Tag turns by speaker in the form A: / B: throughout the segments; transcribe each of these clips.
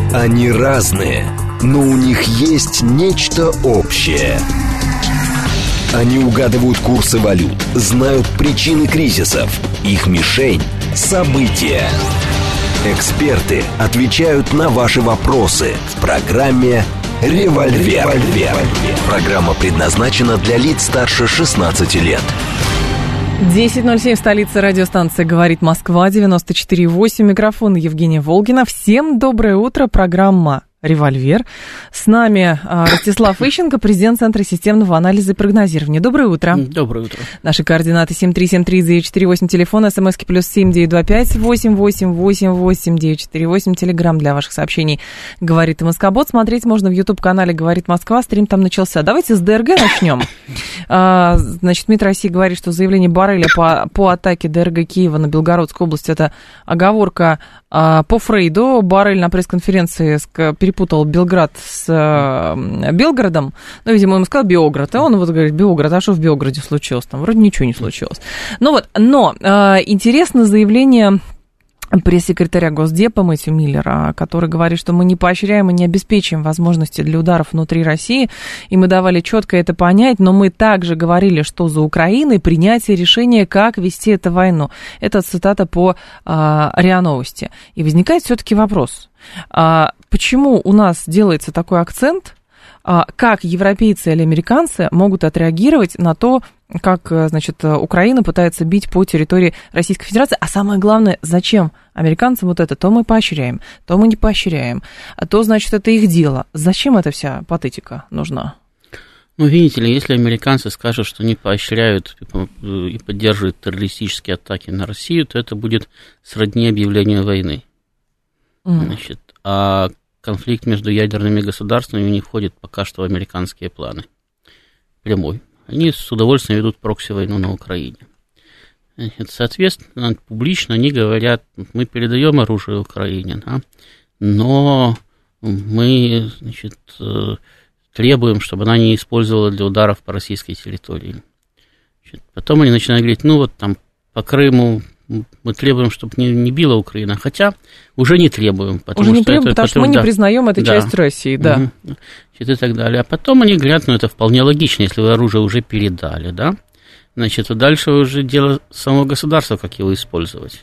A: Они разные, но у них есть нечто общее. Они угадывают курсы валют, знают причины кризисов. Их мишень – события. Эксперты отвечают на ваши вопросы в программе «Револьвер». Программа предназначена для лиц старше 16 лет.
B: 10:07, столица, радиостанция «Говорит Москва», 94,8, микрофон Евгения Волгина. Всем доброе утро, программа «Револьвер». С нами Ростислав Ищенко, президент Центра системного анализа и прогнозирования. Доброе утро.
C: Доброе утро. Наши
B: координаты 7373948, телефон, смски +7 925 8888 948, телеграм для ваших сообщений «Говорит Москобот». Смотреть можно в YouTube-канале «Говорит Москва», стрим там начался. Давайте с ДРГ начнем. Значит, МИД России говорит, что заявление Борреля по атаке ДРГ Киева на Белгородскую область – это оговорка по Фрейду. Боррель на пресс-конференции перепутал Белград с Белгородом. Ну, видимо, ему сказал Белград, а он вот говорит: Белград, а что в Белграде случилось? Там вроде ничего не случилось. Но интересно заявление пресс-секретаря Госдепа Мэтью Миллера, который говорит, что мы не поощряем и не обеспечиваем возможности для ударов внутри России, и мы давали четко это понять, но мы также говорили, что за Украиной принятие решения, как вести эту войну. Это цитата по РИА Новости. И возникает все-таки вопрос, почему у нас делается такой акцент, как европейцы или американцы могут отреагировать на то, как, значит, Украина пытается бить по территории Российской Федерации, а самое главное, зачем американцам вот это? То мы поощряем, то мы не поощряем, а то, значит, это их дело. Зачем эта вся патетика нужна?
C: Ну, видите ли, если американцы скажут, что не поощряют и поддерживают террористические атаки на Россию, то это будет сродни объявлению войны. Значит, а конфликт между ядерными государствами не входит пока что в американские планы. Прямой. Они с удовольствием ведут прокси-войну на Украине. Значит, соответственно, публично они говорят: мы передаем оружие Украине, да, но мы, значит, требуем, чтобы она не использовала для ударов по российской территории. Значит, потом они начинают говорить: ну вот там по Крыму мы требуем, чтобы не била Украина, хотя уже не требуем. Потому что
B: мы не признаем эту часть России, да.
C: И так далее. А потом они говорят: ну это вполне логично, если вы оружие уже передали, да, значит, дальше уже дело самого государства, как его использовать.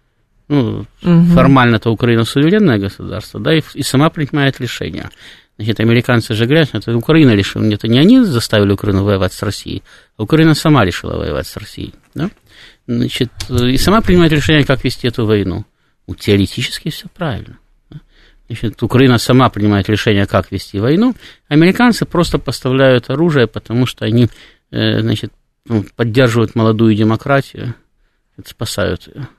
C: Ну, формально-то Украина суверенное государство, да, и сама принимает решение. Значит, американцы же говорят: это Украина решила, это не они заставили Украину воевать с Россией, а Украина сама решила воевать с Россией, да. Значит, и сама принимает решение, как вести эту войну. Ну, теоретически все правильно. Значит, Украина сама принимает решение, как вести войну. Американцы просто поставляют оружие, потому что они, значит, поддерживают молодую демократию, спасают ее.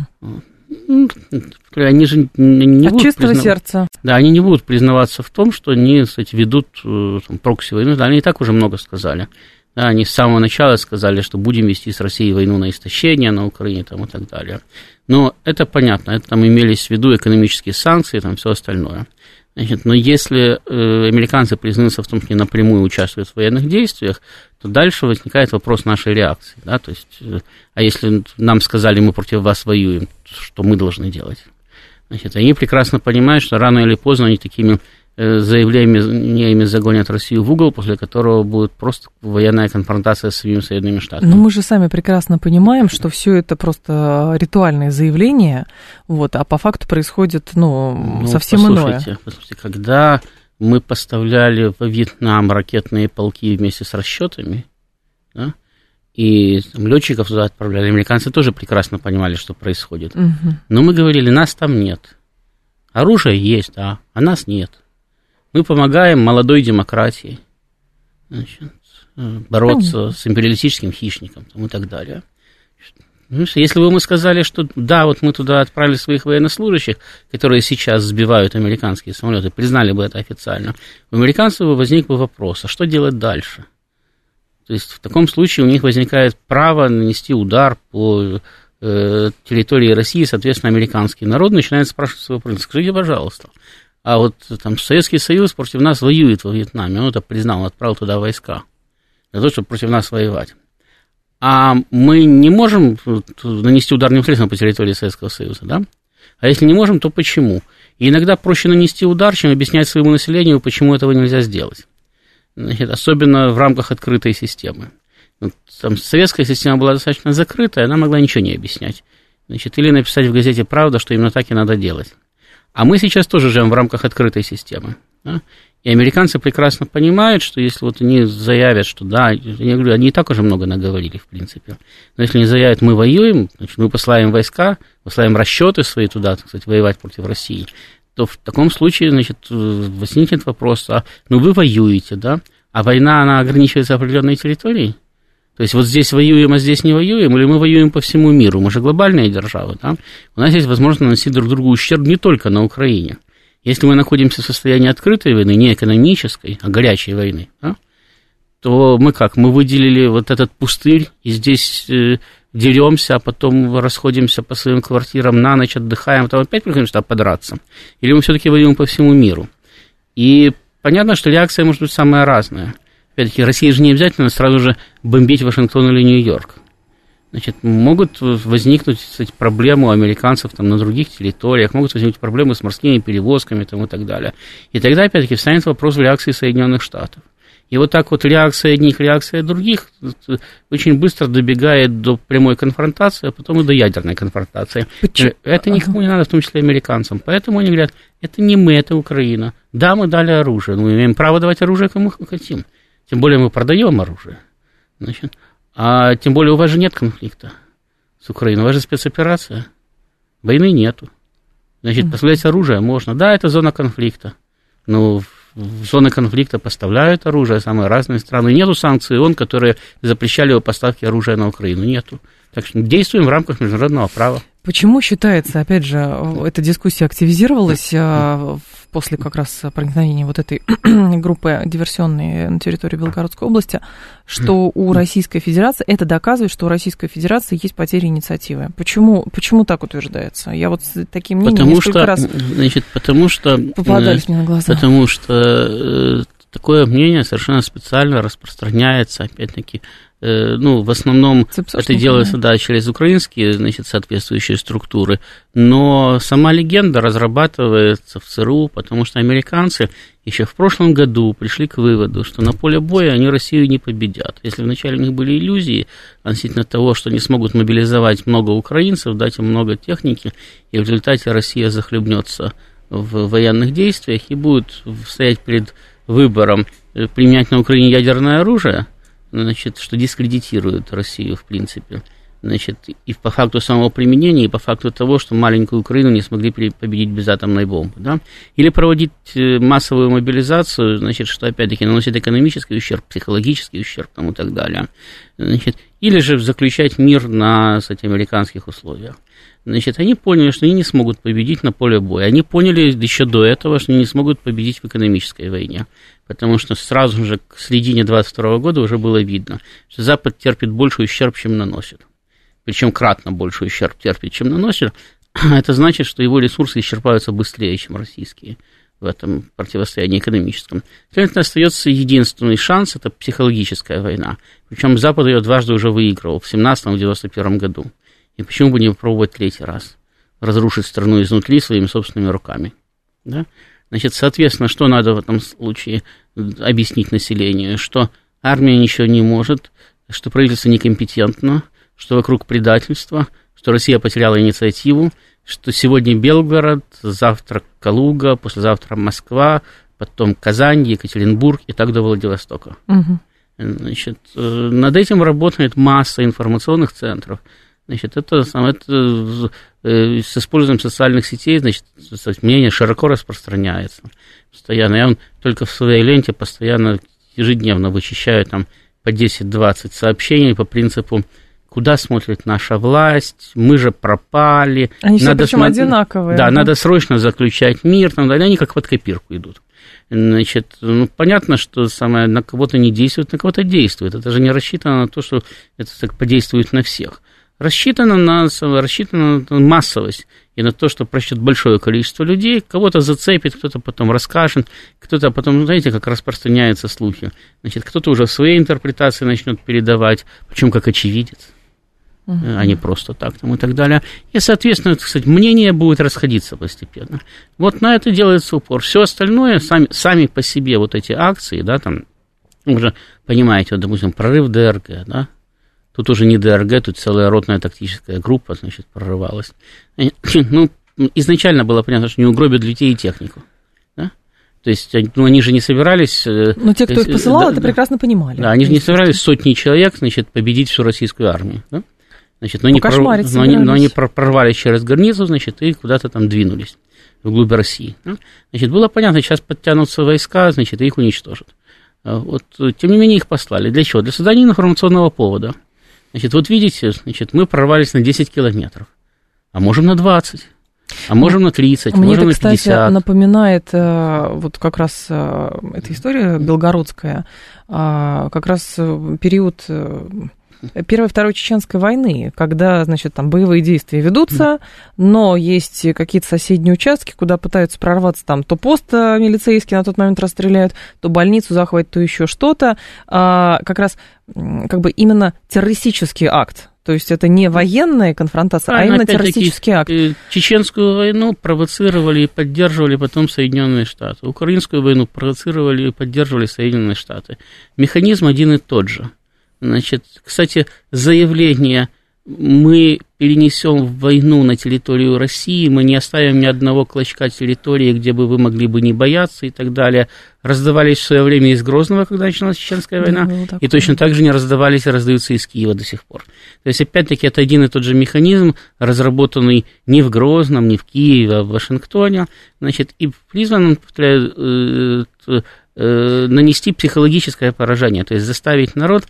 C: Они же не
B: от чистого сердца.
C: Да, они не будут признаваться в том, что они, кстати, ведут прокси-войну. Да, они и так уже много сказали. Да, они с самого начала сказали, что будем вести с Россией войну на истощение на Украине там, и так далее. Но это понятно, это там имелись в виду экономические санкции, там все остальное. Значит, но если американцы признаются в том, что они напрямую участвуют в военных действиях, то дальше возникает вопрос нашей реакции. Да? То есть, а если нам сказали: мы против вас воюем, что мы должны делать? Значит, они прекрасно понимают, что рано или поздно они такими заявлениями загонят Россию в угол, после которого будет просто военная конфронтация с своими Соединенными Штатами.
B: Но мы же сами прекрасно понимаем, что все это просто ритуальные заявления, вот, а по факту происходит, совсем иное.
C: Послушайте, когда мы поставляли во Вьетнам ракетные полки вместе с расчетами, да, и летчиков туда отправляли, американцы тоже прекрасно понимали, что происходит. Но мы говорили: нас там нет. Оружие есть, да, а нас нет. Мы помогаем молодой демократии, значит, бороться с империалистическим хищником и так далее. Если бы мы сказали, что да, вот мы туда отправили своих военнослужащих, которые сейчас сбивают американские самолеты, признали бы это официально, у американцев возник бы вопрос: а что делать дальше? То есть в таком случае у них возникает право нанести удар по территории России, соответственно, американский народ начинает спрашивать свой вопрос: скажите, пожалуйста, а вот там Советский Союз против нас воюет во Вьетнаме, он это признал, отправил туда войска для того, чтобы против нас воевать. А мы не можем нанести удар непосредственно по территории Советского Союза, да? А если не можем, то почему? И иногда проще нанести удар, чем объяснять своему населению, почему этого нельзя сделать. Значит, особенно в рамках открытой системы. Вот, там советская система была достаточно закрытая, она могла ничего не объяснять. Значит, или написать в газете «Правда», что именно так и надо делать. А мы сейчас тоже живем в рамках открытой системы. Да? И американцы прекрасно понимают, что если вот они заявят, что да, я говорю, они и так уже много наговорили, в принципе. Но если они заявят, мы воюем, значит, мы посылаем войска, посылаем расчеты свои туда, так сказать, воевать против России, то в таком случае, значит, возникнет вопрос, ну вы воюете, да, а война, она ограничивается определенной территорией? То есть вот здесь воюем, а здесь не воюем, или мы воюем по всему миру? Мы же глобальная держава, да? У нас есть возможность наносить друг другу ущерб не только на Украине. Если мы находимся в состоянии открытой войны, не экономической, а горячей войны, да, то мы как? Мы выделили вот этот пустырь, и здесь деремся, а потом расходимся по своим квартирам на ночь, отдыхаем, потом опять приходим сюда подраться. Или мы все-таки воюем по всему миру? И понятно, что реакция может быть самая разная. Опять-таки, Россия же не обязательно сразу же бомбить Вашингтон или Нью-Йорк. Значит, могут возникнуть, кстати, проблемы у американцев там, на других территориях, могут возникнуть проблемы с морскими перевозками там, и так далее. И тогда, опять-таки, встанет вопрос реакции Соединенных Штатов. И вот так вот реакция одних, реакция других очень быстро добегает до прямой конфронтации, а потом и до ядерной конфронтации. Почему? Это никому не надо, в том числе американцам. Поэтому они говорят, это не мы, это Украина. Да, мы дали оружие, но мы имеем право давать оружие кому хотим. Тем более мы продаем оружие. Значит, а тем более у вас же нет конфликта с Украиной, у вас же спецоперация. Войны нету. Значит, поставлять оружие можно. Да, это зона конфликта. Но в зоны конфликта поставляют оружие самые разные страны. Нету санкций ООН, которые запрещали его поставки оружия на Украину. Нету. Так что действуем в рамках международного права.
B: Почему считается, опять же, эта дискуссия активизировалась после как раз проникновения вот этой группы диверсионной на территории Белгородской области, что у Российской Федерации, это доказывает, что у Российской Федерации есть потеря инициативы? Почему так утверждается? Я вот с таким мнением несколько раз попадались мне на глаза.
C: Потому что такое мнение совершенно специально распространяется, опять-таки, в основном это делается, да, через украинские, значит, соответствующие структуры, но сама легенда разрабатывается в ЦРУ, потому что американцы еще в прошлом году пришли к выводу, что на поле боя они Россию не победят. Если вначале у них были иллюзии относительно того, что они смогут мобилизовать много украинцев, дать им много техники, и в результате Россия захлебнется в военных действиях и будет стоять перед выбором применять на Украине ядерное оружие, значит, что дискредитирует Россию, в принципе, значит, и по факту самого применения, и по факту того, что маленькую Украину не смогли победить без атомной бомбы, да, или проводить массовую мобилизацию, значит, что, опять-таки, наносит экономический ущерб, психологический ущерб там, и так далее, значит, или же заключать мир на, кстати, американских условиях. Значит, они поняли, что они не смогут победить на поле боя. Они поняли еще до этого, что они не смогут победить в экономической войне. Потому что сразу же к середине 2022 года уже было видно, что Запад терпит больший ущерб, чем наносит. Причем кратно больший ущерб терпит, чем наносит. Это значит, что его ресурсы исчерпаются быстрее, чем российские в этом противостоянии экономическом. Следовательно, остается единственный шанс – это психологическая война. Причем Запад ее дважды уже выигрывал, в 17-м и в 91 году. И почему бы не попробовать третий раз? Разрушить страну изнутри своими собственными руками. Да? Значит, соответственно, что надо в этом случае объяснить населению? Что армия ничего не может, что правительство некомпетентно, что вокруг предательство, что Россия потеряла инициативу, что сегодня Белгород, завтра Калуга, послезавтра Москва, потом Казань, Екатеринбург и так до Владивостока. Угу. Значит, над этим работает масса информационных центров. Значит, это с использованием социальных сетей, значит, мнение широко распространяется постоянно. Я только в своей ленте постоянно, ежедневно вычищаю там по 10-20 сообщений по принципу, куда смотрит наша власть, мы же пропали.
B: Они все причем одинаковые.
C: Да, надо срочно заключать мир, там, они как под копирку идут. Значит, понятно, что на кого-то не действует, на кого-то действует. Это же не рассчитано на то, что это так подействует на всех. Рассчитано на массовость и на то, что прочтет большое количество людей, кого-то зацепит, кто-то потом расскажет, кто-то потом, знаете, как распространяются слухи, значит, кто-то уже в своей интерпретации начнет передавать, причем как очевидец. а не просто так там и так далее. И, соответственно, кстати, мнение будет расходиться постепенно. Вот на это делается упор. Все остальное, сами по себе вот эти акции, да, там, вы уже понимаете, вот, допустим, прорыв ДРГ, да, тут уже не ДРГ, тут целая ротная тактическая группа, значит, прорывалась. Ну, изначально было понятно, что не угробят людей и технику. То есть, ну, они же не собирались...
B: Но те, кто их посылал, это прекрасно понимали.
C: Да, они же не собирались сотни человек, значит, победить всю российскую армию. Да? Значит, но они прорвались через границу, значит, и куда-то там двинулись вглубь России. Да? Значит, было понятно, сейчас подтянутся войска, значит, и их уничтожат. Вот, тем не менее, их послали. Для чего? Для создания информационного повода. Значит, вот видите, значит, мы прорвались на 10 километров, а можем на 20. А можем на 30,
B: мне
C: можем
B: это,
C: на 50.
B: кстати, напоминает вот как раз эта история белгородская, как раз период Первой и Второй Чеченской войны, когда, значит, там боевые действия ведутся, но есть какие-то соседние участки, куда пытаются прорваться, там то пост милицейский на тот момент расстреляют, то больницу захватят, то еще что-то. Как раз как бы именно террористический акт. То есть это не военная конфронтация, а именно террористический акт.
C: Чеченскую войну провоцировали и поддерживали потом Соединенные Штаты. Украинскую войну провоцировали и поддерживали Соединенные Штаты. Механизм один и тот же. Значит, кстати, заявление «мы перенесем войну на территорию России, мы не оставим ни одного клочка территории, где бы вы могли бы не бояться» и так далее, раздавались в свое время из Грозного, когда началась Чеченская война, и точно так же не раздавались и раздаются из Киева до сих пор. То есть, опять-таки, это один и тот же механизм, разработанный не в Грозном, не в Киеве, а в Вашингтоне, значит, и призван, нанести психологическое поражение, то есть заставить народ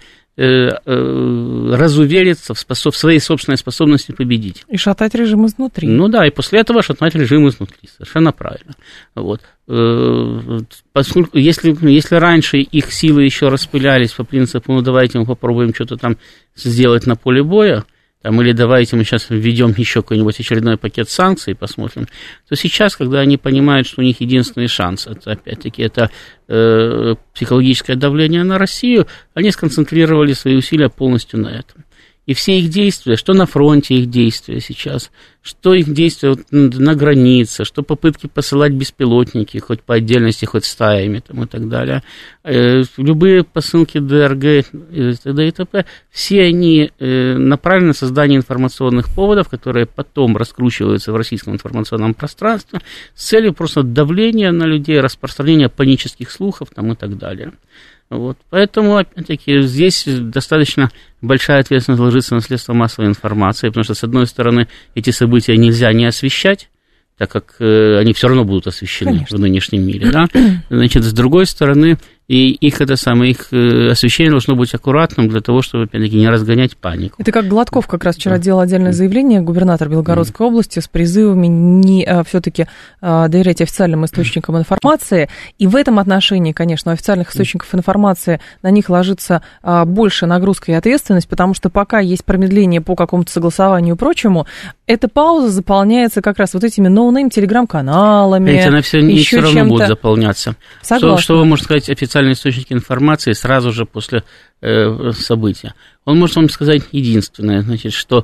C: разувериться в своей собственной способности победить.
B: И шатать режим изнутри.
C: Ну да, и после этого шатать режим изнутри. Совершенно правильно. Вот. Поскольку, если раньше их силы еще распылялись по принципу, ну давайте мы попробуем что-то там сделать на поле боя, там, или давайте мы сейчас введем еще какой-нибудь очередной пакет санкций и посмотрим, то сейчас, когда они понимают, что у них единственный шанс, это, опять-таки, это психологическое давление на Россию, они сконцентрировали свои усилия полностью на этом. И все их действия, что на фронте их действия сейчас, что их действия на границе, что попытки посылать беспилотники, хоть по отдельности, хоть стаями там, и так далее, любые посылки ДРГ и т.д. и т.п., все они направлены на создание информационных поводов, которые потом раскручиваются в российском информационном пространстве с целью просто давления на людей, распространения панических слухов там, и так далее. Вот. Поэтому, опять-таки, здесь достаточно большая ответственность ложится на средства массовой информации, потому что, с одной стороны, эти события нельзя не освещать, так как они все равно будут освещены, конечно, в нынешнем мире. Да? Значит, с другой стороны, и их освещение должно быть аккуратным для того, чтобы, опять-таки, не разгонять панику.
B: Это как Гладков как раз вчера делал отдельное заявление, губернатор Белгородской области, с призывами не все-таки доверять официальным источникам информации. И в этом отношении, конечно, у официальных источников информации на них ложится больше нагрузка и ответственность, потому что пока есть промедление по какому-то согласованию и прочему, эта пауза заполняется как раз вот этими ноунейм телеграм-каналами.
C: Ведь она все равно будет заполняться.
B: Согласна.
C: Что вы можете сказать официальные источники информации сразу же после события? Он может вам сказать единственное, значит, что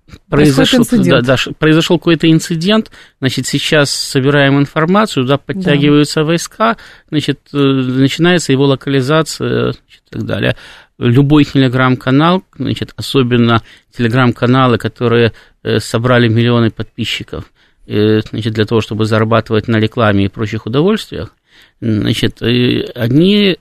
C: произошел какой-то инцидент, значит, сейчас собираем информацию, туда подтягиваются войска, значит, начинается его локализация, значит, и так далее. Любой телеграм-канал, значит, особенно телеграм-каналы, которые собрали миллионы подписчиков, значит, для того, чтобы зарабатывать на рекламе и прочих удовольствиях, значит, они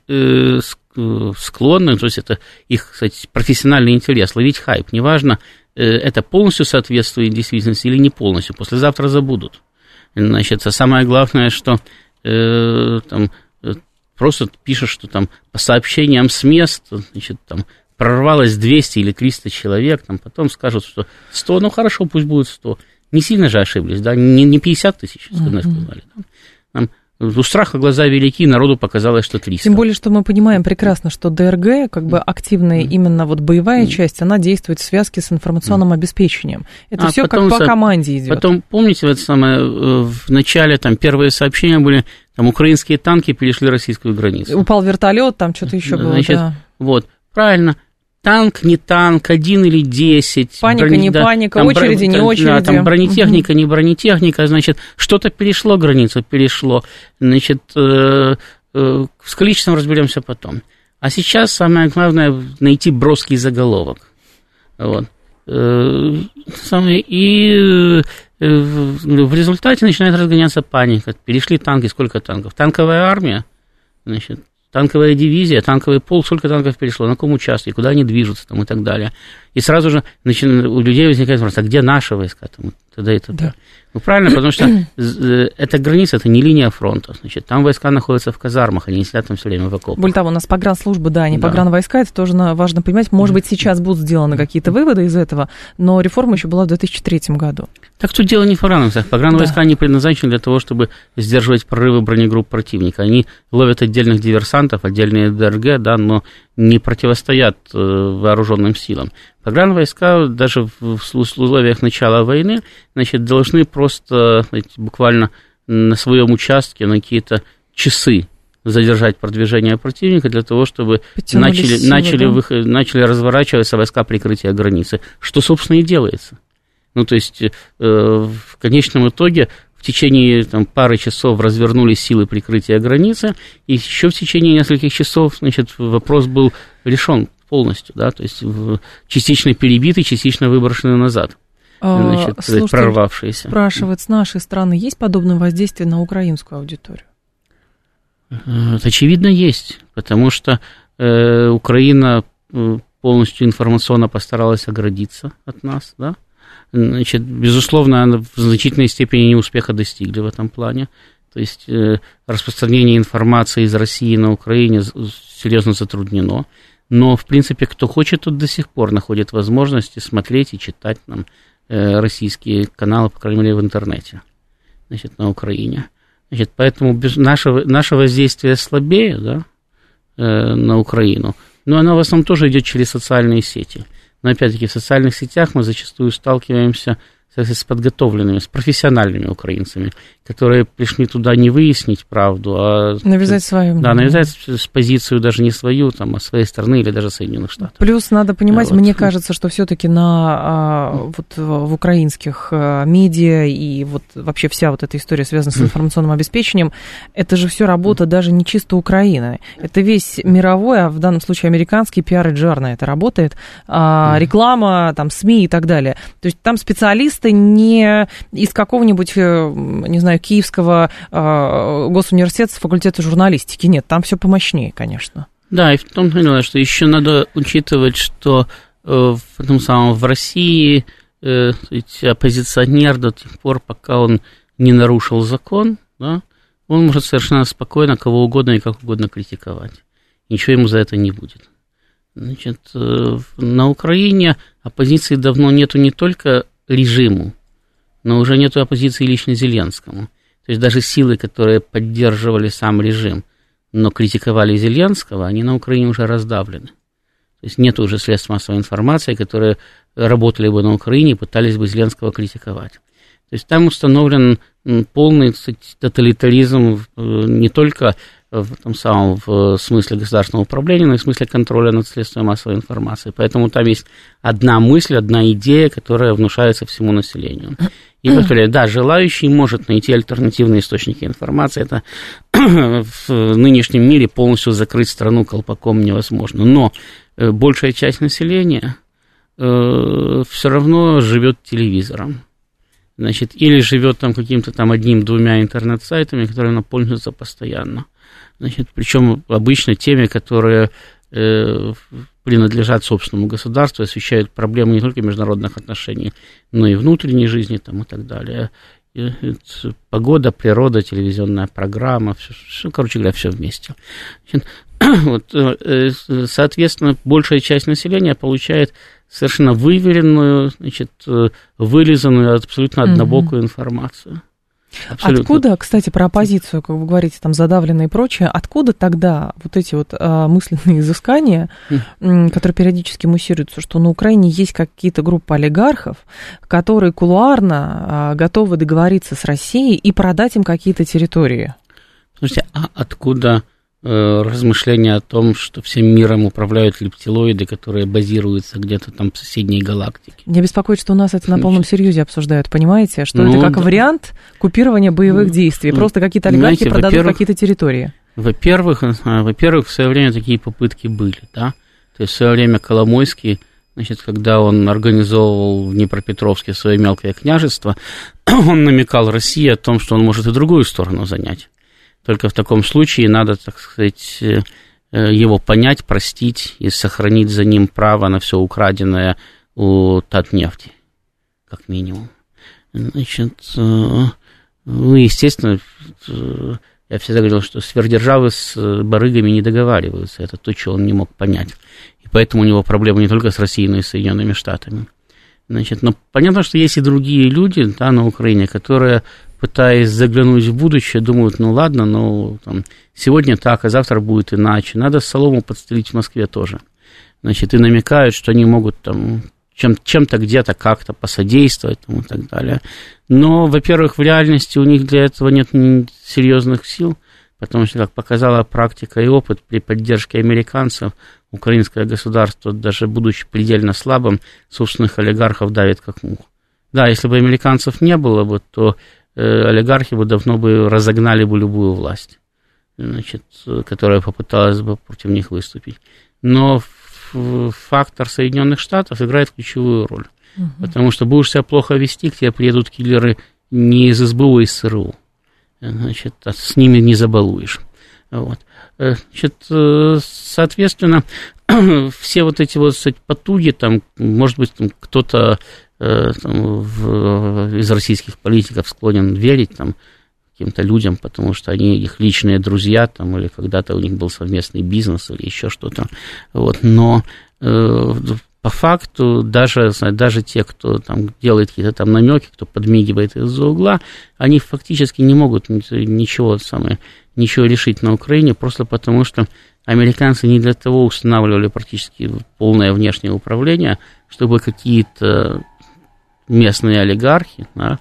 C: склонны, то есть это их, кстати, профессиональный интерес, ловить хайп, неважно, это полностью соответствует действительности или не полностью, послезавтра забудут. Значит, самое главное, что там просто пишут, что там по сообщениям с мест, значит, там прорвалось 200 или 300 человек, там потом скажут, что 100, ну хорошо, пусть будет 100. Не сильно же ошиблись, да, не 50 тысяч, сказали, да? Там, у страха глаза велики, народу показалось, что 300.
B: Тем более, что мы понимаем прекрасно, что ДРГ, как бы активная именно вот боевая часть, она действует в связке с информационным обеспечением. Это все как по команде идет.
C: Потом, помните, вот самое, в начале там первые сообщения были, там украинские танки перешли российскую границу.
B: Упал вертолет, там что-то еще было,
C: значит,
B: да.
C: Вот, правильно. танк, не танк, 1 или 10.
B: Паника, не паника, очереди, не очереди.
C: Да, там бронетехника, не бронетехника, значит, что-то границу перешло. Значит, с количеством разберемся потом. А сейчас самое главное найти броский заголовок. Вот. И в результате начинает разгоняться паника. Перешли танки, сколько танков? Танковая армия, значит, танковая дивизия, танковый полк, сколько танков перешло, на каком участке, куда они движутся там, и так далее. И сразу же у людей возникает вопрос, а где наши войска? Там, тогда это. Да. Ну, правильно, потому что эта граница, это не линия фронта. Значит, там войска находятся в казармах, они не сидят там все время в окопах.
B: Более того, у нас погранслужба, да, не погранвойска, это тоже важно понимать. Может быть, сейчас будут сделаны какие-то выводы из этого, но реформа еще была в 2003 году.
C: Так тут дело не в погранвойсках. Погранвойска не предназначены для того, чтобы сдерживать прорывы бронегрупп противника. Они ловят отдельных диверсантов, отдельные ДРГ, да, но не противостоят вооруженным силам. Погранвойска даже в условиях начала войны, значит, должны просто, знаете, буквально на своем участке на какие-то часы задержать продвижение противника для того, чтобы начали разворачиваться войска прикрытия границы, что, собственно, и делается. Ну, то есть, в конечном итоге в течение пары часов развернулись силы прикрытия границы, и еще в течение нескольких часов, значит, вопрос был решен полностью, да, то есть частично перебитый, частично выброшенный назад, значит, прорвавшиеся.
B: Спрашивает, с нашей стороны есть подобное воздействие на украинскую аудиторию?
C: Очевидно, есть, потому что Украина полностью информационно постаралась оградиться от нас, да. Значит, безусловно, она в значительной степени неуспеха достигли в этом плане. То есть распространение информации из России на Украине серьезно затруднено. Но, в принципе, кто хочет, тот до сих пор находит возможности смотреть и читать нам российские каналы, по крайней мере, в интернете, значит, на Украине. Значит, поэтому наше воздействие слабее, да, на Украину, но оно в основном тоже идет через социальные сети. Но, опять-таки, в социальных сетях мы зачастую сталкиваемся с подготовленными, с профессиональными украинцами, которые пришли туда не выяснить правду, а
B: навязать свою.
C: Да, навязать позицию даже не свою, а своей страны или даже Соединенных Штатов.
B: Плюс надо понимать, мне кажется, что все-таки в украинских медиа и вообще вся эта история, связанная с информационным обеспечением, это же все работа даже не чисто Украины. Это весь мировой, а в данном случае американский пиар и джар на это работает, реклама, СМИ и так далее. То есть там специалисты не из какого-нибудь, не знаю, Киевского госуниверситета с факультета журналистики. Нет, там все помощнее, конечно.
C: Да, и в том дело, что еще надо учитывать, что в России оппозиционер до тех пор, пока он не нарушил закон, да, он может совершенно спокойно кого угодно и как угодно критиковать. Ничего ему за это не будет. Значит, на Украине оппозиции давно нету не только режиму, но уже нету оппозиции лично Зеленскому. То есть даже силы, которые поддерживали сам режим, но критиковали Зеленского, они на Украине уже раздавлены. То есть нет уже средств массовой информации, которые работали бы на Украине и пытались бы Зеленского критиковать. То есть там установлен полный, кстати, тоталитаризм не только в смысле государственного управления, но и в смысле контроля над средствами массовой информации. Поэтому там есть одна мысль, одна идея, которая внушается всему населению. И повторяю, да, желающий может найти альтернативные источники информации. Это в нынешнем мире полностью закрыть страну колпаком невозможно. Но большая часть населения все равно живет телевизором. Значит, или живет каким-то одним-двумя интернет-сайтами, которыми она пользуется постоянно. Значит, причем обычно теми, которые принадлежат собственному государству, освещают проблемы не только международных отношений, но и внутренней жизни и так далее. И погода, природа, телевизионная программа, все, короче говоря, все вместе. Значит, соответственно, большая часть населения получает совершенно выверенную, значит, вылизанную, абсолютно однобокую информацию. Абсолютно.
B: Откуда, кстати, про оппозицию, как вы говорите, задавленные и прочее, откуда тогда эти мысленные изыскания, которые периодически муссируются, что на Украине есть какие-то группы олигархов, которые кулуарно готовы договориться с Россией и продать им какие-то территории?
C: Слушайте, а откуда размышления о том, что всем миром управляют рептилоиды, которые базируются где-то там в соседней галактике.
B: Меня беспокоит, что у нас это на полном серьезе обсуждают, понимаете? Что это как вариант купирования боевых действий. Просто какие-то олигархи продадут какие-то территории.
C: Во-первых, в свое время такие попытки были, да. То есть в свое время Коломойский, значит, когда он организовывал в Днепропетровске свое мелкое княжество, он намекал России о том, что он может и другую сторону занять. Только в таком случае надо, так сказать, его понять, простить и сохранить за ним право на все украденное у Татнефти, как минимум. Значит, естественно, я всегда говорил, что сверхдержавы с барыгами не договариваются. Это то, чего он не мог понять. И поэтому у него проблемы не только с Россией, но и с Соединенными Штатами. Значит, но понятно, что есть и другие люди, да, на Украине, которые, пытаясь заглянуть в будущее, думают, ну ладно, ну там, сегодня так, а завтра будет иначе. Надо солому подстелить в Москве тоже. Значит, и намекают, что они могут там чем-то где-то как-то посодействовать и так далее. Но, во-первых, в реальности у них для этого нет серьезных сил, потому что, как показала практика и опыт, при поддержке американцев украинское государство, даже будучи предельно слабым, собственных олигархов давит как мух. Да, если бы американцев не было бы, то олигархи бы давно бы разогнали бы любую власть, значит, которая попыталась бы против них выступить. Но фактор Соединенных Штатов играет ключевую роль, потому что будешь себя плохо вести, к тебе приедут киллеры не из СБУ, а из СРУ. Значит, с ними не забалуешь. Вот. Значит, соответственно, все вот эти вот, кстати, потуги, там, может быть, там, кто-то из российских политиков склонен верить там, каким-то людям, потому что они их личные друзья, там, или когда-то у них был совместный бизнес, или еще что-то. Вот. Но по факту даже те, кто там делает какие-то там намеки, кто подмигивает из-за угла, они фактически не могут ничего решить на Украине, просто потому что американцы не для того устанавливали практически полное внешнее управление, чтобы какие-то местные олигархи, да,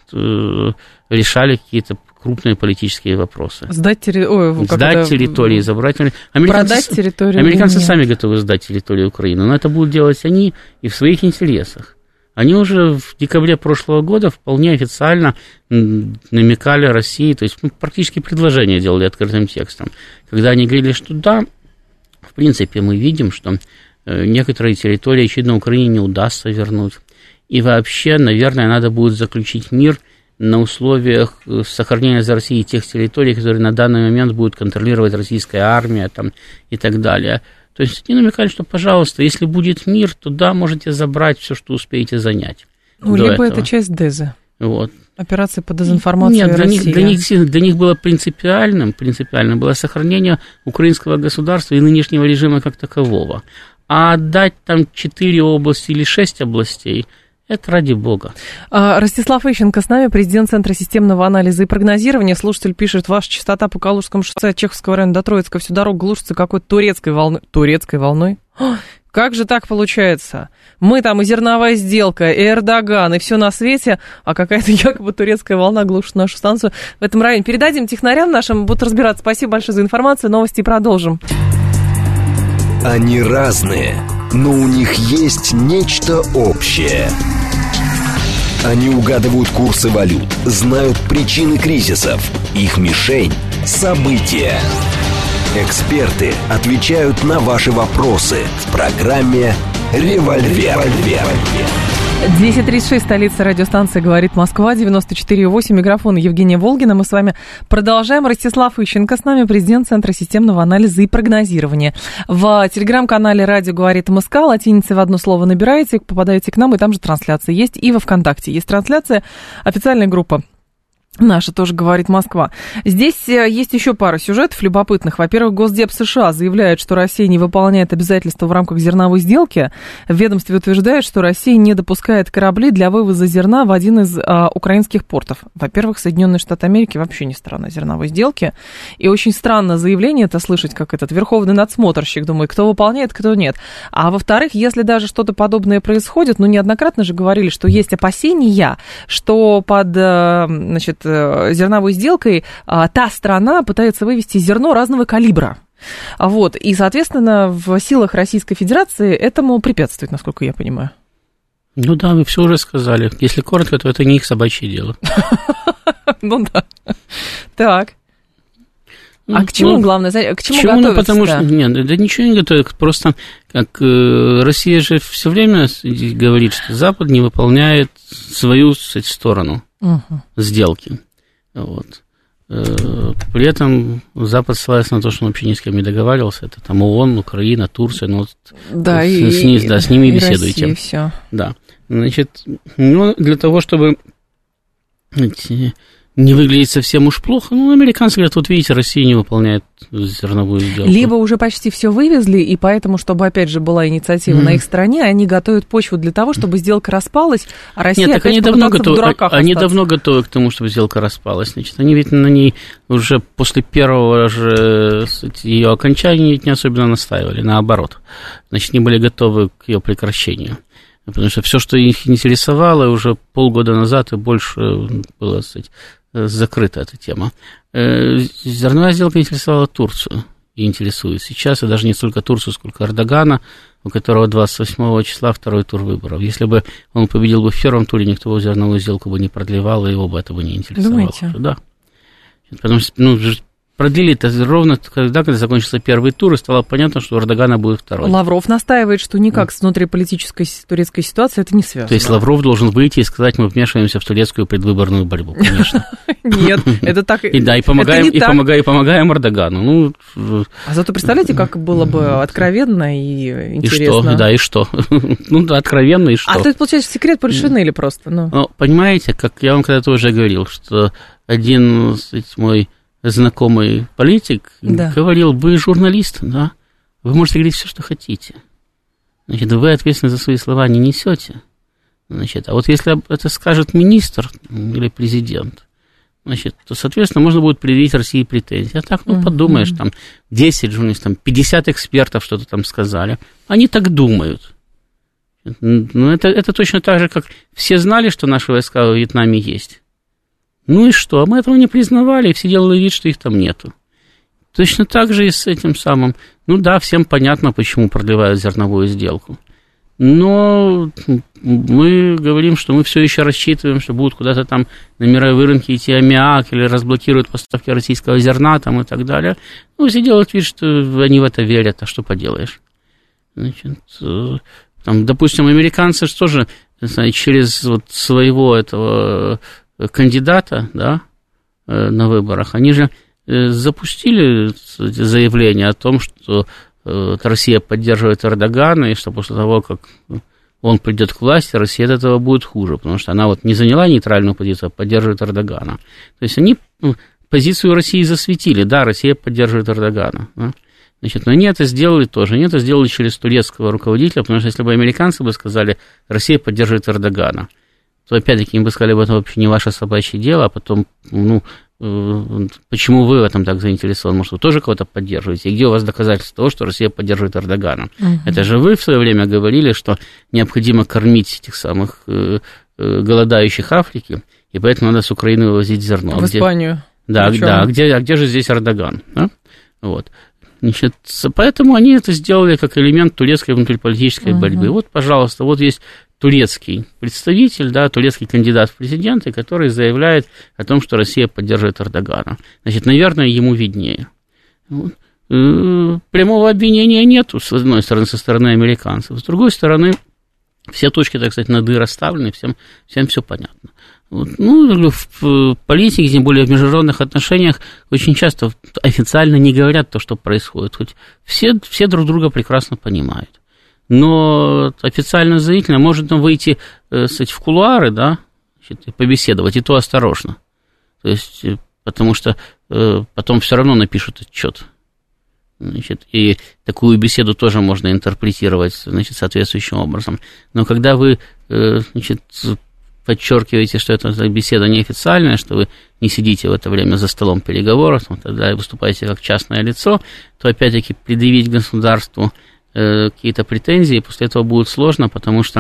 C: решали какие-то крупные политические вопросы.
B: Сдать территории,
C: забрать.
B: Продать территорию.
C: Американцы сами готовы сдать территорию Украины, но это будут делать они и в своих интересах. Они уже в декабре прошлого года вполне официально намекали России, то есть практически предложение делали открытым текстом, когда они говорили, что да, в принципе, мы видим, что некоторые территории, очевидно, Украине не удастся вернуть. И вообще, наверное, надо будет заключить мир на условиях сохранения за Россией тех территорий, которые на данный момент будет контролировать российская армия там, и так далее. То есть они намекали, что, пожалуйста, если будет мир, то да, можете забрать все, что успеете занять.
B: Либо это часть ДЭЗа.
C: Вот.
B: Операции по дезинформации
C: России. Для них было принципиально было сохранение украинского государства и нынешнего режима как такового. А отдать там 4 области или 6 областей, это ради бога.
B: Ростислав Ищенко с нами, президент Центра системного анализа и прогнозирования. Слушатель пишет, ваша частота по Калужскому шоссе от Чеховского района до Троицка всю дорогу глушится какой-то турецкой волной. Турецкой волной? Как же так получается? Мы там и зерновая сделка, и Эрдоган, и все на свете, а какая-то якобы турецкая волна глушит нашу станцию в этом районе. Передадим технарям нашим, будут разбираться. Спасибо большое за информацию. Новости продолжим.
A: Они разные, но у них есть нечто общее. Они угадывают курсы валют, знают причины кризисов. Их мишень – события. Эксперты отвечают на ваши вопросы в программе «Револьвер».
B: 10:36, столица радиостанции «Говорит Москва», 94,8, микрофон Евгения Волгина. Мы с вами продолжаем. Ростислав Ищенко с нами, президент Центра системного анализа и прогнозирования. В телеграм-канале «Радио говорит МСК» латиницей в одно слово набираете, попадаете к нам, и там же трансляция есть. И во ВКонтакте есть трансляция, официальная группа наша тоже «Говорит Москва». Здесь есть еще пара сюжетов любопытных. Во-первых, Госдеп США заявляет, что Россия не выполняет обязательства в рамках зерновой сделки. В ведомстве утверждает, что Россия не допускает корабли для вывоза зерна в один из украинских портов. Во-первых, Соединенные Штаты Америки вообще не страна зерновой сделки. И очень странно заявление это слышать, как этот верховный надсмотрщик думает, кто выполняет, кто нет. А во-вторых, если даже что-то подобное происходит, неоднократно же говорили, что есть опасения, что под, значит, зерновой сделкой та страна пытается вывести зерно разного калибра. Вот, и, соответственно, в силах Российской Федерации этому препятствует, насколько я понимаю.
C: Ну да, вы все уже сказали. Если коротко, то это не их собачье дело.
B: Ну да. Так. А к чему, главное, к чему готовиться?
C: Потому что, нет, да ничего не готовят, просто как Россия же все время говорит, что Запад не выполняет свою сторону сделки. Вот. При этом Запад ссылается на то, что он вообще ни с кем не договаривался, это там ООН, Украина, Турция, ну,
B: да,
C: с ними беседуйте.
B: Россия, всё.
C: Да. Значит, ну, для того, чтобы не выглядит совсем уж плохо. Ну, американцы говорят, вот видите, Россия не выполняет зерновую сделку.
B: Либо уже почти все вывезли, и поэтому, чтобы, опять же, была инициатива на их стороне, они готовят почву для того, чтобы сделка распалась, а Россия
C: Нет,
B: опять
C: они
B: попытается в дураках
C: они
B: остаться.
C: давно готовы к тому, чтобы сделка распалась. Значит, они ведь на ней уже после первого же ее окончания не особенно настаивали, наоборот. Значит, не были готовы к ее прекращению. Потому что все, что их интересовало, уже полгода назад и больше было, кстати, закрыта эта тема. Зерновая сделка интересовала Турцию и интересует сейчас, и даже не столько Турцию, сколько Эрдогана, у которого 28 числа второй тур выборов. Если бы он победил бы в первом туре, никто бы зерновую сделку бы не продлевал, и его бы это бы не интересовало.
B: Думаете?
C: Да. Потому что, продлили это ровно когда закончился первый тур, и стало понятно, что у Эрдогана будет второй.
B: Лавров настаивает, что никак с внутриполитической турецкой ситуацией это не связано.
C: То есть Лавров должен выйти и сказать, мы вмешиваемся в турецкую предвыборную борьбу, конечно.
B: Нет, это так...
C: И да, и помогаем Эрдогану.
B: А зато представляете, как было бы откровенно и интересно.
C: И что? Да, и что? Ну да, откровенно, и что?
B: А то это, получается, секрет Полишинеля просто.
C: Ну, понимаете, как я вам когда-то уже говорил, что один мой знакомый политик говорил, вы журналист, да, вы можете говорить все, что хотите. Значит, вы ответственность за свои слова не несете. Значит, а вот если это скажет министр или президент, значит, то, соответственно, можно будет предъявить России претензии. А так, подумаешь, там, 10 журналистов, там, 50 экспертов что-то там сказали. Они так думают. Ну, это точно так же, как все знали, что наши войска во Вьетнаме есть. Ну и что? Мы этого не признавали, и все делали вид, что их там нету. Точно так же и с этим самым. Ну да, всем понятно, почему продлевают зерновую сделку. Но мы говорим, что мы все еще рассчитываем, что будут куда-то там на мировые рынки идти аммиак или разблокируют поставки российского зерна там и так далее. Ну, все делают вид, что они в это верят, а что поделаешь. Значит, там, допустим, американцы же тоже, знаете, через вот своего этого кандидата, да, на выборах, они же запустили заявление о том, что Россия поддерживает Эрдогана, и что после того, как он придет к власти, Россия от этого будет хуже, потому что она вот не заняла нейтральную позицию, а поддерживает Эрдогана. То есть они позицию России засветили, да, Россия поддерживает Эрдогана, да? Значит, но они это сделали тоже, они это сделали через турецкого руководителя, потому что если бы американцы бы сказали, Россия поддерживает Эрдогана, то опять-таки им бы сказали, это вообще не ваше собачье дело, а потом, почему вы в этом так заинтересованы? Может, вы тоже кого-то поддерживаете? И где у вас доказательства того, что Россия поддерживает Эрдогана? Это же вы в свое время говорили, что необходимо кормить этих самых голодающих Африки, и поэтому надо с Украины вывозить зерно.
B: В Испанию.
C: Да, а где же здесь Эрдоган? Да? Вот. Значит, поэтому они это сделали как элемент турецкой внутриполитической борьбы. Вот, пожалуйста, вот есть турецкий представитель, да, турецкий кандидат в президенты, который заявляет о том, что Россия поддерживает Эрдогана. Значит, наверное, ему виднее. Вот. Прямого обвинения нету, с одной стороны, со стороны американцев. С другой стороны, все точки, так сказать, над «и» расставлены, всем все понятно. Вот. Ну, в политике, тем более в международных отношениях, очень часто официально не говорят то, что происходит. Хоть все друг друга прекрасно понимают. Но официально заявительно может выйти, кстати, в кулуары, да, значит, побеседовать, и то осторожно. То есть, потому что потом все равно напишут отчет. Значит, и такую беседу тоже можно интерпретировать, значит, соответствующим образом. Но когда вы, значит, подчеркиваете, что эта беседа неофициальная, что вы не сидите в это время за столом переговоров, тогда выступаете как частное лицо, то опять-таки предъявить государству какие-то претензии, после этого будет сложно, потому что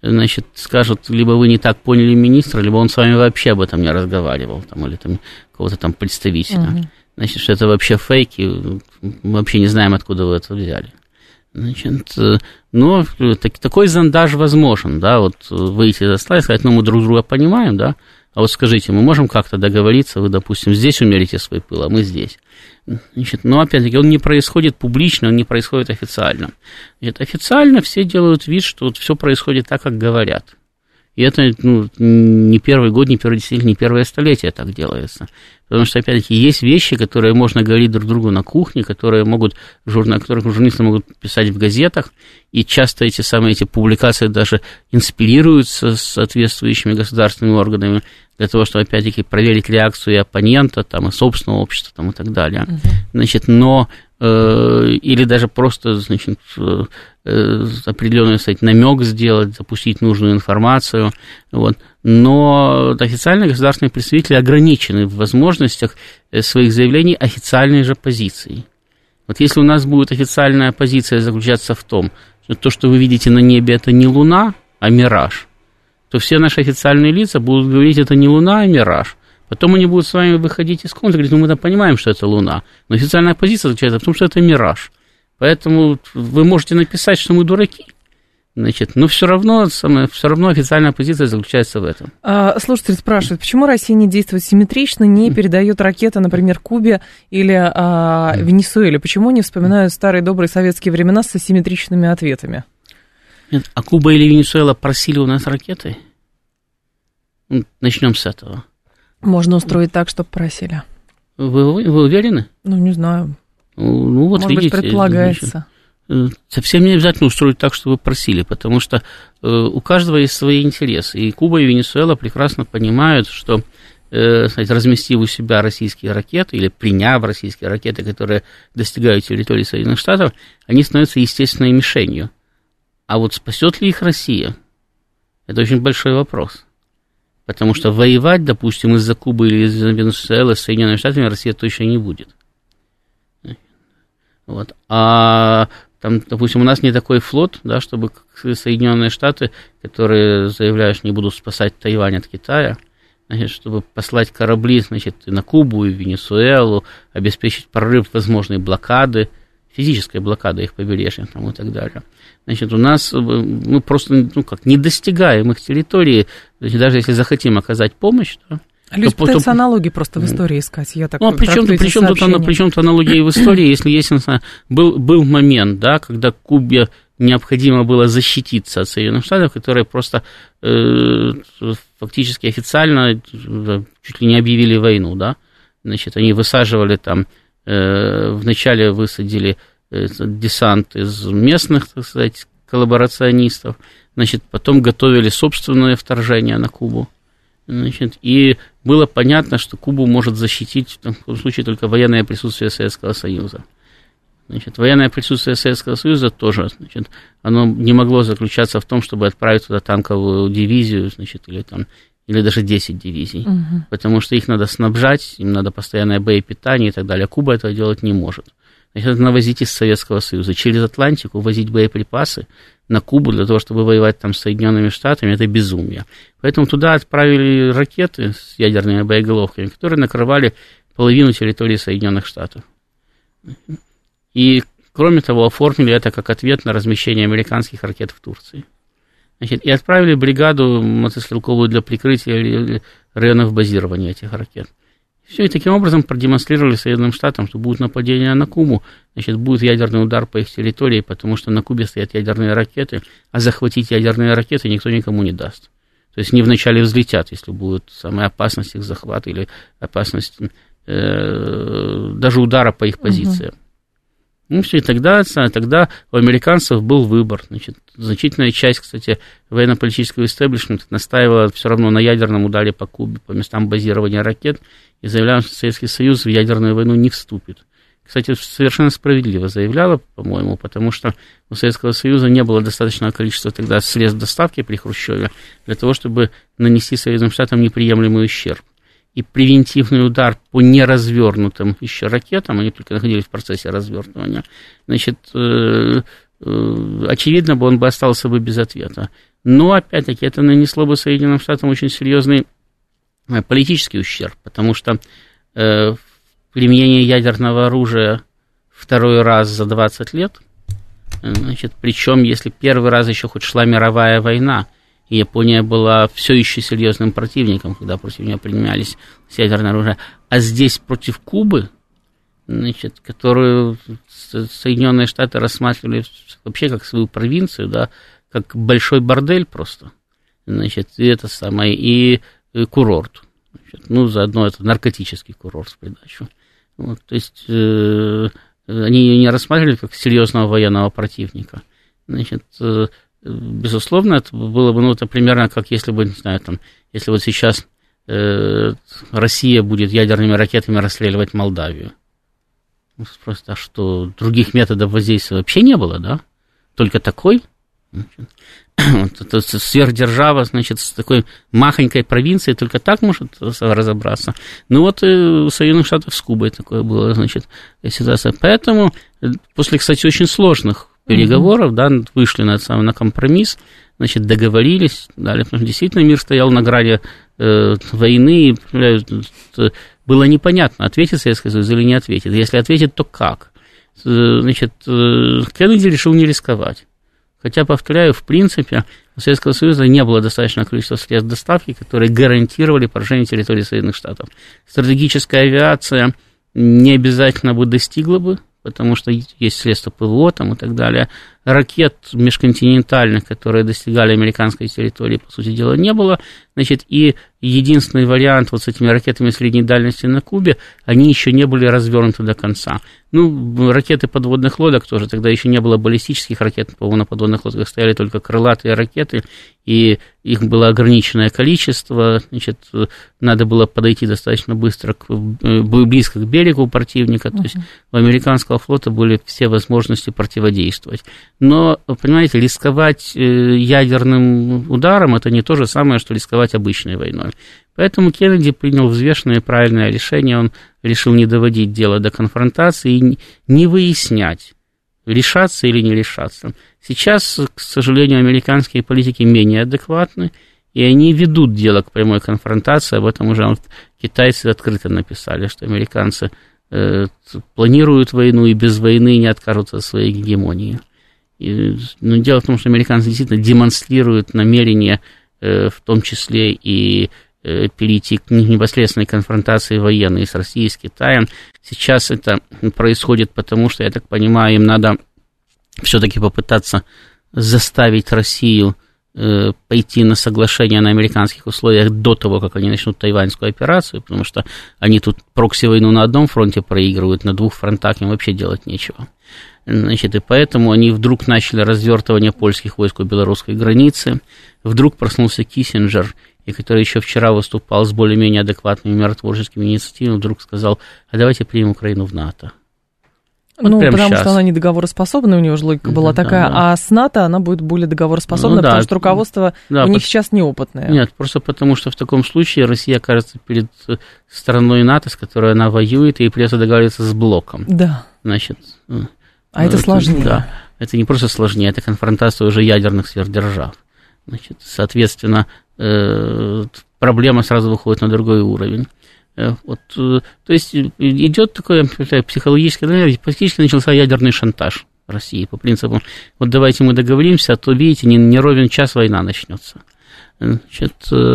C: значит, скажут, либо вы не так поняли министра, либо он с вами вообще об этом не разговаривал, там, или там кого-то там представителя. Значит, что это вообще фейки, мы вообще не знаем, откуда вы это взяли. Значит, но такой зондаж возможен, да, вот выйти за стол и сказать, ну, мы друг друга понимаем, да, а вот скажите, мы можем как-то договориться, вы, допустим, здесь умерите свой пыл, а мы здесь. Значит, но, опять-таки, он не происходит публично, он не происходит официально. Значит, официально все делают вид, что вот все происходит так, как говорят. И это, ну, не первый год, не первый десятилетие, не первое столетие так делается. Потому что, опять-таки, есть вещи, которые можно говорить друг другу на кухне, которые журналисты могут писать в газетах, и часто эти публикации даже инспирируются соответствующими государственными органами для того, чтобы, опять-таки, проверить реакцию и оппонента, там, и собственного общества, там, и так далее. Значит, но или даже просто, значит, определенный, кстати, намек сделать, запустить нужную информацию, вот. Но официальные государственные представители ограничены в возможностях своих заявлений официальной же позицией. Вот если у нас будет официальная позиция заключаться в том, что то, что вы видите на небе, это не Луна, а мираж, то все наши официальные лица будут говорить, это не Луна, а мираж. Потом они будут с вами выходить из комнаты и говорить, ну, мы-то понимаем, что это Луна, но официальная позиция заключается в том, что это мираж. Поэтому вы можете написать, что мы дураки, значит, но все равно официальная позиция заключается в этом.
B: Слушатель спрашивает, почему Россия не действует симметрично, не передает ракеты, например, Кубе или Венесуэле? Почему не вспоминают старые добрые советские времена с асимметричными ответами?
C: Нет, а Куба или Венесуэла просили у нас ракеты? Начнем с этого.
B: Можно устроить так, чтобы просили.
C: Вы уверены?
B: Ну, не знаю.
C: Ну, вот
B: может
C: видите,
B: быть, предполагается.
C: Совсем не обязательно устроить так, чтобы просили, потому что у каждого есть свои интересы. И Куба и Венесуэла прекрасно понимают, что, разместив у себя российские ракеты или приняв российские ракеты, которые достигают территории Соединенных Штатов, они становятся естественной мишенью. А вот спасет ли их Россия? Это очень большой вопрос. Потому что воевать, допустим, из-за Кубы или из-за Венесуэлы с Соединенными Штатами Россия точно не будет. Вот. А там, допустим, у нас не такой флот, да, чтобы Соединенные Штаты, которые заявляют, что не будут спасать Тайвань от Китая, значит, чтобы послать корабли, значит, на Кубу и Венесуэлу, обеспечить прорыв возможной блокады, физической блокады их побережья там, и так далее. Значит, у нас просто не достигаем их территории, значит, даже если захотим оказать помощь, да,
B: люди пытаются аналогии просто в истории искать. Я так
C: причем тут аналогии в истории, если есть, был момент, да, когда Кубе необходимо было защититься от Соединенных Штатов, которые просто фактически официально чуть ли не объявили войну, да, значит, они высаживали там, вначале высадили десант из местных, так сказать, коллаборационистов, значит, потом готовили собственное вторжение на Кубу. Значит, и было понятно, что Кубу может защитить в том случае только военное присутствие Советского Союза. Значит, военное присутствие Советского Союза тоже, значит, оно не могло заключаться в том, чтобы отправить туда танковую дивизию, значит, или даже 10 дивизий, потому что их надо снабжать, им надо постоянное боепитание и так далее. Куба этого делать не может. Значит, надо возить из Советского Союза через Атлантику, возить боеприпасы на Кубу для того, чтобы воевать там с Соединенными Штатами, это безумие. Поэтому туда отправили ракеты с ядерными боеголовками, которые накрывали половину территории Соединенных Штатов. И, кроме того, оформили это как ответ на размещение американских ракет в Турции. Значит, и отправили бригаду мотострелковую для прикрытия районов базирования этих ракет. Все, и таким образом продемонстрировали Соединенным Штатам, что будет нападение на Кубу, значит, будет ядерный удар по их территории, потому что на Кубе стоят ядерные ракеты, а захватить ядерные ракеты никто никому не даст. То есть не вначале взлетят, если будет самая опасность их захвата или опасность даже удара по их позициям. Ну, все, и тогда у американцев был выбор. Значит, значительная часть, кстати, военно-политического истеблишмента настаивала все равно на ядерном ударе по Кубе, по местам базирования ракет, и заявляла, что Советский Союз в ядерную войну не вступит. Кстати, совершенно справедливо заявляла, по-моему, потому что у Советского Союза не было достаточного количества тогда средств доставки при Хрущеве для того, чтобы нанести Соединенным Штатам неприемлемый ущерб. И превентивный удар по неразвернутым еще ракетам, они только находились в процессе развертывания, значит, очевидно, он бы остался бы без ответа. Но, опять-таки, это нанесло бы Соединенным Штатам очень серьезный политический ущерб, потому что применение ядерного оружия второй раз за 20 лет, значит, причем, если первый раз еще хоть шла мировая война, и Япония была все еще серьезным противником, когда против нее применялись ядерное оружие, а здесь против Кубы, значит, которую Соединенные Штаты рассматривали вообще как свою провинцию, да, как большой бордель просто, значит, и это самое, и курорт, значит, ну, заодно это наркотический курорт в придачу. Вот, то есть они ее не рассматривали как серьезного военного противника. Значит, безусловно, это было бы, ну, это примерно как если бы, не знаю, там, если вот сейчас Россия будет ядерными ракетами расстреливать Молдавию. Просто, а что, других методов воздействия вообще не было, да? Только такой? Вот это сверхдержава, значит, с такой махонькой провинцией только так может разобраться. Ну вот и у Соединенных Штатов с Кубой такое было, значит, ситуация. Поэтому после, кстати, очень сложных переговоров, да, вышли на компромисс, значит, договорились, дали, потому что действительно мир стоял на грани войны, и было непонятно, ответит Советский Союз или не ответит. Если ответит, то как? Значит, Кеннеди решил не рисковать. Хотя, повторяю, в принципе, у Советского Союза не было достаточного количества средств доставки, которые гарантировали поражение территории Соединенных Штатов. Стратегическая авиация не обязательно бы достигла бы, потому что есть средства ПВО там, и так далее. Ракет межконтинентальных, которые достигали американской территории, по сути дела, не было. Значит, и единственный вариант вот с этими ракетами средней дальности на Кубе, они еще не были развернуты до конца. Ну, ракеты подводных лодок тоже, тогда еще не было баллистических ракет, по-моему, на подводных лодках стояли только крылатые ракеты, и их было ограниченное количество, значит, надо было подойти достаточно быстро, близко к берегу противника, то есть у американского флота были все возможности противодействовать. Но, понимаете, рисковать ядерным ударом – это не то же самое, что рисковать обычной войной. Поэтому Кеннеди принял взвешенное и правильное решение, он решил не доводить дело до конфронтации и не выяснять, решаться или не решаться. Сейчас, к сожалению, американские политики менее адекватны, и они ведут дело к прямой конфронтации, об этом уже китайцы открыто написали, что американцы планируют войну и без войны не откажутся от своей гегемонии. Но дело в том, что американцы действительно демонстрируют намерение, в том числе и перейти к непосредственной конфронтации военной с Россией, с Китаем. Сейчас это происходит потому, что, я так понимаю, им надо все-таки попытаться заставить Россию пойти на соглашение на американских условиях до того, как они начнут тайваньскую операцию, потому что они тут прокси-войну на одном фронте проигрывают, на двух фронтах им вообще делать нечего. Значит, и поэтому они вдруг начали развертывание польских войск у белорусской границы, вдруг проснулся Киссинджер, и который еще вчера выступал с более-менее адекватными миротворческими инициативами, вдруг сказал, а давайте примем Украину в НАТО. Вот ну,
B: потому
C: сейчас.
B: Что она не договороспособна, у него же логика была такая, да. А с НАТО она будет более договороспособна, ну, да, потому что руководство у них сейчас неопытное.
C: Нет, просто потому что в таком случае Россия окажется перед страной НАТО, с которой она воюет, и придется договариваться с блоком.
B: Да.
C: Значит,
B: это сложнее.
C: Да, это не просто сложнее, это конфронтация уже ядерных сверхдержав. Значит, соответственно, проблема сразу выходит на другой уровень. Вот, то есть идет такое психологическое, фактически начался ядерный шантаж России по принципу, вот давайте мы договоримся, а то, видите, не ровен час война начнется. Значит,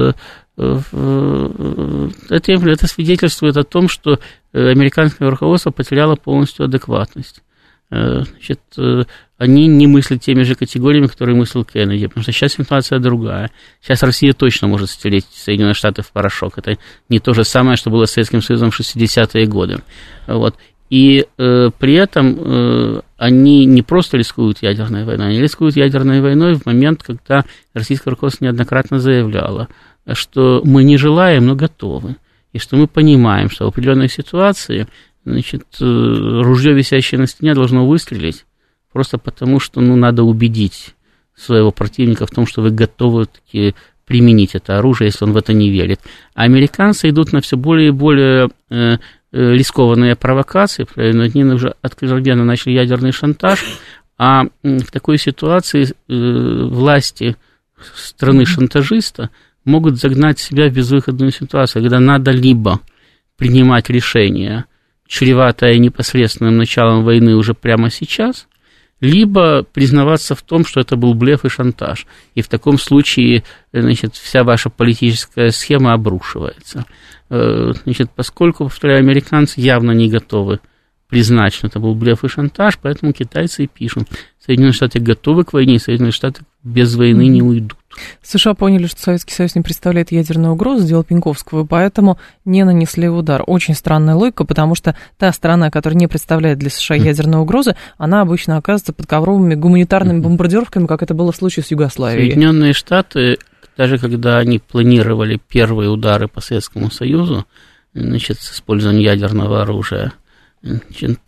C: это свидетельствует о том, что американское руководство потеряло полностью адекватность. Значит, они не мыслят теми же категориями, которые мыслил Кеннеди, потому что сейчас ситуация другая. Сейчас Россия точно может стереть Соединенные Штаты в порошок. Это не то же самое, что было с Советским Союзом в 60-е годы. Вот. И при этом они не просто рискуют ядерной войной, они рискуют ядерной войной в момент, когда российское руководство неоднократно заявляло, что мы не желаем, но готовы. И что мы понимаем, что в определенной ситуации, значит, ружье, висящее на стене, должно выстрелить, просто потому что надо убедить своего противника в том, что вы готовы таки применить это оружие, если он в это не верит. А американцы идут на все более и более рискованные провокации, они уже откровенно начали ядерный шантаж, а в такой ситуации власти страны-шантажиста могут загнать себя в безвыходную ситуацию, когда надо либо принимать решение, чреватое непосредственным началом войны уже прямо сейчас, либо признаваться в том, что это был блеф и шантаж. И в таком случае, значит, вся ваша политическая схема обрушивается. Значит, поскольку, повторяю, американцы явно не готовы признать, что это был блеф и шантаж, поэтому китайцы и пишут: Соединенные Штаты готовы к войне, Соединенные Штаты без войны не уйдут.
B: США поняли, что Советский Союз не представляет ядерную угрозу, сделал Пеньковского, и поэтому не нанесли удар. Очень странная логика, потому что та страна, которая не представляет для США ядерную угрозу, она обычно оказывается под ковровыми гуманитарными бомбардировками, как это было в случае с Югославией.
C: Соединенные Штаты, даже когда они планировали первые удары по Советскому Союзу, значит, с использованием ядерного оружия, значит,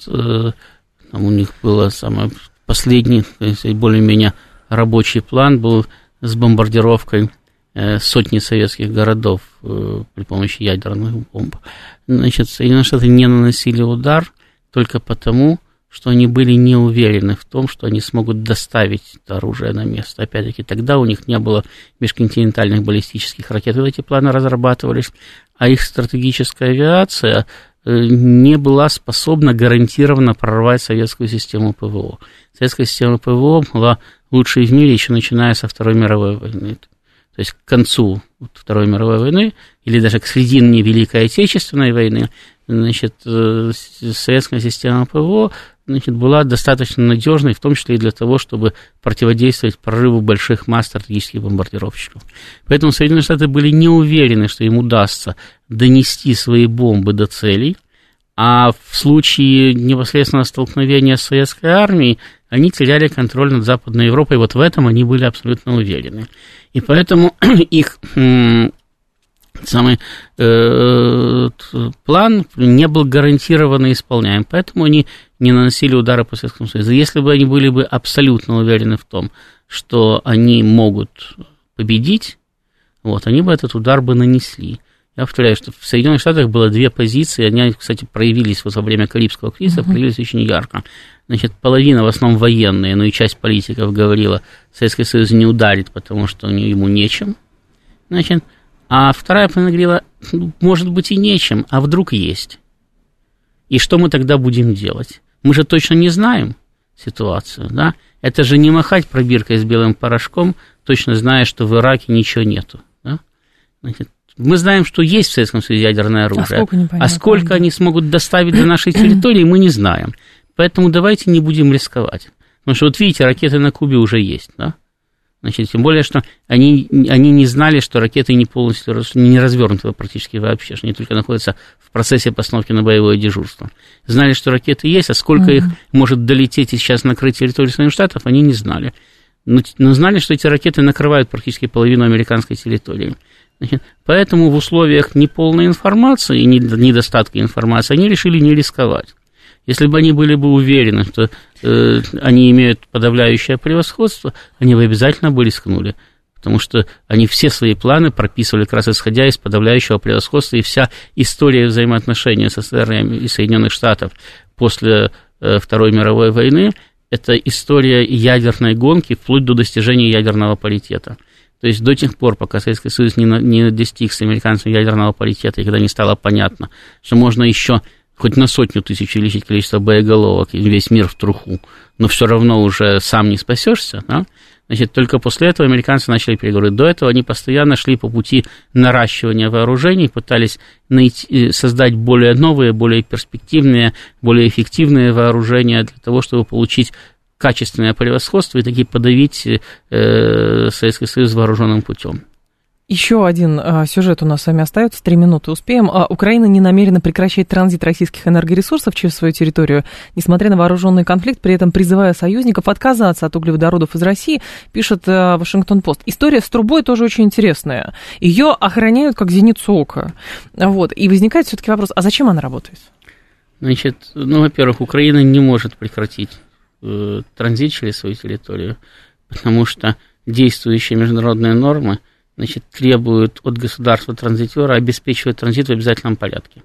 C: там у них было самое последний, более-менее рабочий план был с бомбардировкой сотни советских городов при помощи ядерных бомб. Значит, Соединенные Штаты не наносили удар только потому, что они были не уверены в том, что они смогут доставить это оружие на место. Опять-таки, тогда у них не было межконтинентальных баллистических ракет, когда эти планы разрабатывались, а их стратегическая авиация не была способна гарантированно прорвать советскую систему ПВО. Советская система ПВО была лучшей в мире еще начиная со Второй мировой войны. То есть к концу Второй мировой войны, или даже к середине Великой Отечественной войны, значит, советская система ПВО, значит, была достаточно надежной, в том числе и для того, чтобы противодействовать прорыву больших масс стратегических бомбардировщиков. Поэтому Соединенные Штаты были не уверены, что им удастся донести свои бомбы до целей, а в случае непосредственного столкновения с советской армией они теряли контроль над Западной Европой, вот в этом они были абсолютно уверены. И поэтому их самый план не был гарантированно исполняем, поэтому они не наносили удары по Советскому Союзу. Если бы они были бы абсолютно уверены в том, что они могут победить, вот, они бы этот удар бы нанесли. Я повторяю, что в Соединенных Штатах было две позиции, они, кстати, проявились вот во время Карибского кризиса, проявились очень ярко. Значит, половина, в основном военные, но и часть политиков говорила, Советский Союз не ударит, потому что ему нечем. Значит, а вторая половина говорила, может быть и нечем, а вдруг есть. И что мы тогда будем делать? Мы же точно не знаем ситуацию, да? Это же не махать пробиркой с белым порошком, точно зная, что в Ираке ничего нету, да? Значит, мы знаем, что есть в Советском Союзе ядерное оружие, а сколько они смогут доставить до нашей территории, мы не знаем. Поэтому давайте не будем рисковать. Потому что, вот видите, ракеты на Кубе уже есть, да? Значит, тем более, что они не знали, что ракеты не полностью, не развернуты практически вообще, что они только находятся в процессе постановки на боевое дежурство. Знали, что ракеты есть, а сколько их может долететь и сейчас накрыть территорию Соединенных Штатов, они не знали. Но знали, что эти ракеты накрывают практически половину американской территории. Значит, поэтому в условиях неполной информации и недостатка информации они решили не рисковать. Если бы они были бы уверены, что они имеют подавляющее превосходство, они бы обязательно бы рискнули, потому что они все свои планы прописывали как раз исходя из подавляющего превосходства, и вся история взаимоотношений СССР и Соединенных Штатов после Второй мировой войны – это история ядерной гонки вплоть до достижения ядерного паритета. То есть до тех пор, пока Советский Союз не достиг с американцами ядерного паритета, и когда не стало понятно, что можно еще хоть на 100 тысяч увеличить количество боеголовок и весь мир в труху, но все равно уже сам не спасешься, да? Значит, только после этого американцы начали переговоры. До этого они постоянно шли по пути наращивания вооружений, пытались создать более новые, более перспективные, более эффективные вооружения для того, чтобы получить качественное превосходство и таки подавить Советский Союз вооруженным путем.
B: Еще один сюжет у нас с вами остается, 3 минуты успеем. Украина не намерена прекращать транзит российских энергоресурсов через свою территорию, несмотря на вооруженный конфликт, при этом призывая союзников отказаться от углеводородов из России, пишет Вашингтон-Пост. История с трубой тоже очень интересная. Ее охраняют как зеницу ока. Вот. И возникает все-таки вопрос, а зачем она работает?
C: Значит, во-первых, Украина не может прекратить транзит через свою территорию, потому что действующие международные нормы, значит, требуют от государства-транзитера обеспечивать транзит в обязательном порядке.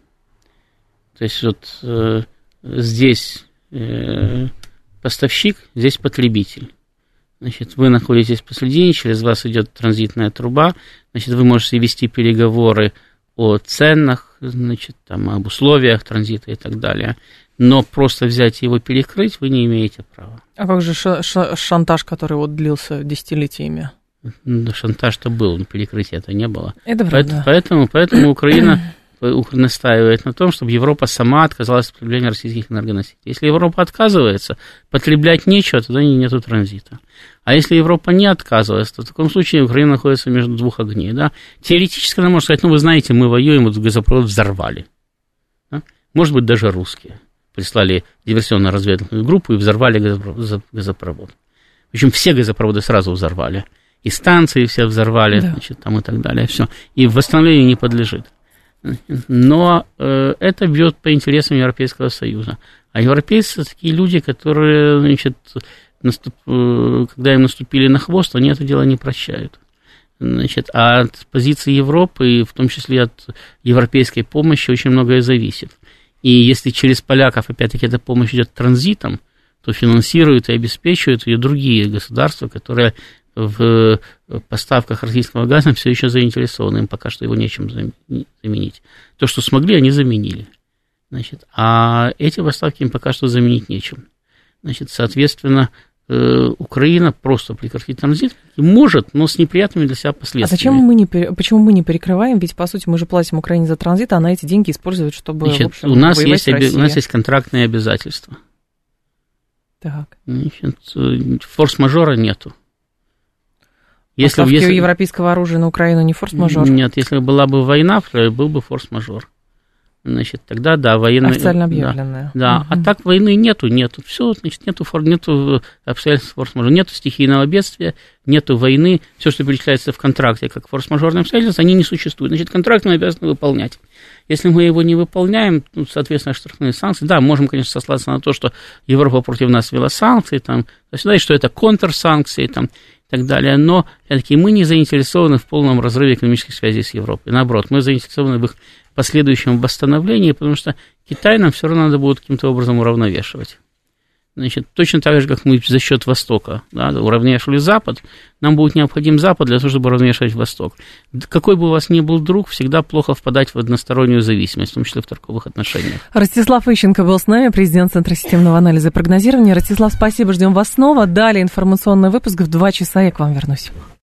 C: То есть вот здесь поставщик, здесь потребитель. Значит, вы находитесь посредине, через вас идет транзитная труба, значит, вы можете вести переговоры о ценах, значит, там, об условиях транзита и так далее, но просто взять его перекрыть вы не имеете права.
B: А как же шантаж, который вот длился десятилетиями?
C: Да, шантаж-то был, но перекрытия-то не было.
B: Это правда.
C: Поэтому Украина настаивает на том, чтобы Европа сама отказалась от потребления российских энергоносителей. Если Европа отказывается, потреблять нечего, тогда нету транзита. А если Европа не отказывается, то в таком случае Украина находится между двух огней. Да? Теоретически она может сказать, вы знаете, мы воюем, вот газопровод взорвали. Да? Может быть, даже русские прислали диверсионно-разведывательную группу и взорвали газопровод. Причем все газопроводы сразу взорвали. И станции все взорвали, да. Значит, там и так далее. Все. И восстановлению не подлежит. Но это бьет по интересам Европейского Союза. А европейцы такие люди, которые, значит, когда им наступили на хвост, они это дело не прощают. Значит, а от позиции Европы, и в том числе от европейской помощи, очень многое зависит. И если через поляков, опять-таки, эта помощь идет транзитом, то финансируют и обеспечивают ее другие государства, которые в поставках российского газа все еще заинтересованы, им пока что его нечем заменить. То, что смогли, они заменили. Значит, а эти поставки им пока что заменить нечем. Значит, соответственно, Украина просто прекратить транзит может, но с неприятными для себя последствиями.
B: Почему мы не перекрываем? Ведь, по сути, мы же платим Украине за транзит, а она эти деньги использует, чтобы,
C: значит,
B: в общем,
C: у нас есть контрактные обязательства.
B: Так.
C: Значит, форс-мажора нету.
B: Поставки европейского оружия на Украину не форс-мажор?
C: Нет, если была бы война, был бы форс-мажор. Значит, тогда, да, военная...
B: Официально объявленная.
C: Да, угу. А так войны нету. Все, значит, нету обстоятельств форс-мажора, нету стихийного бедствия, нету войны. Все, что перечисляется в контракте как форс-мажорные обстоятельства, они не существуют. Значит, контракт мы обязаны выполнять. Если мы его не выполняем, соответственно, штрафные санкции. Да, можем, конечно, сослаться на то, что Европа против нас ввела санкции, там, и что это контрсанкции, там, и так далее. Но, все-таки, мы не заинтересованы в полном разрыве экономических связей с Европой. Наоборот, мы заинтересованы в их последующем восстановлении, потому что Китай нам все равно надо будет каким-то образом уравновешивать. Значит, точно так же, как мы за счет Востока, да, уравновешивали Запад, нам будет необходим Запад для того, чтобы уравновешивать Восток. Какой бы у вас ни был друг, всегда плохо впадать в одностороннюю зависимость, в том числе в торговых отношениях.
B: Ростислав Ищенко был с нами, президент Центра системного анализа и прогнозирования. Ростислав, спасибо, ждем вас снова. Далее информационный выпуск в 2 часа, я к вам вернусь.